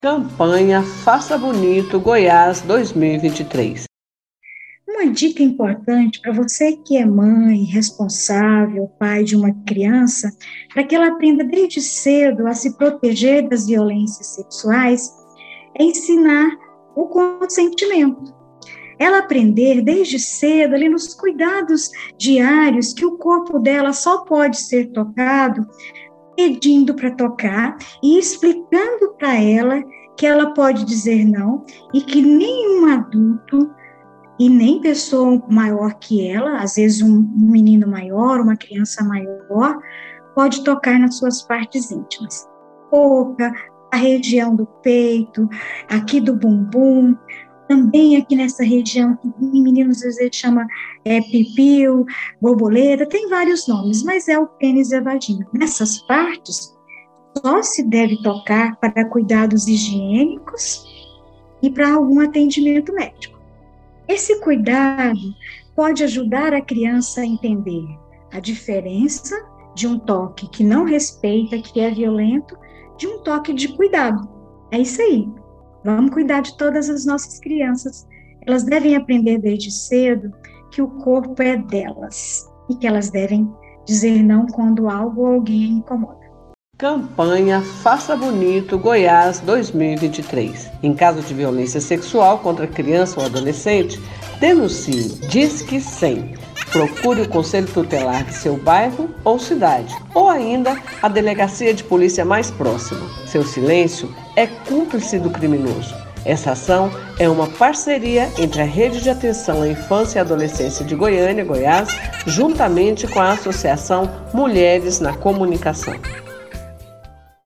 Campanha Faça Bonito Goiás 2023. Uma dica importante para você que é mãe, responsável, pai de uma criança, para que ela aprenda desde cedo a se proteger das violências sexuais, é ensinar o consentimento. Ela aprender desde cedo, ali nos cuidados diários, que o corpo dela só pode ser tocado pedindo para tocar e explicando para ela que ela pode dizer não e que nenhum adulto e nem pessoa maior que ela, às vezes um menino maior, uma criança maior, pode tocar nas suas partes íntimas. Boca, a região do peito, aqui do bumbum, também aqui nessa região, que meninos às vezes chama pipil, borboleta, tem vários nomes, mas é o pênis e a vagina. Nessas partes, só se deve tocar para cuidados higiênicos e para algum atendimento médico. Esse cuidado pode ajudar a criança a entender a diferença de um toque que não respeita, que é violento, de um toque de cuidado. É isso aí. Vamos cuidar de todas as nossas crianças. Elas devem aprender desde cedo que o corpo é delas e que elas devem dizer não quando algo ou alguém incomoda. Campanha Faça Bonito Goiás 2023. Em caso de violência sexual contra criança ou adolescente, denuncie Disque 100. Procure o Conselho Tutelar de seu bairro ou cidade, ou ainda a delegacia de polícia mais próxima. Seu silêncio é cúmplice do criminoso. Essa ação é uma parceria entre a Rede de Atenção à Infância e Adolescência de Goiânia, Goiás, juntamente com a Associação Mulheres na Comunicação.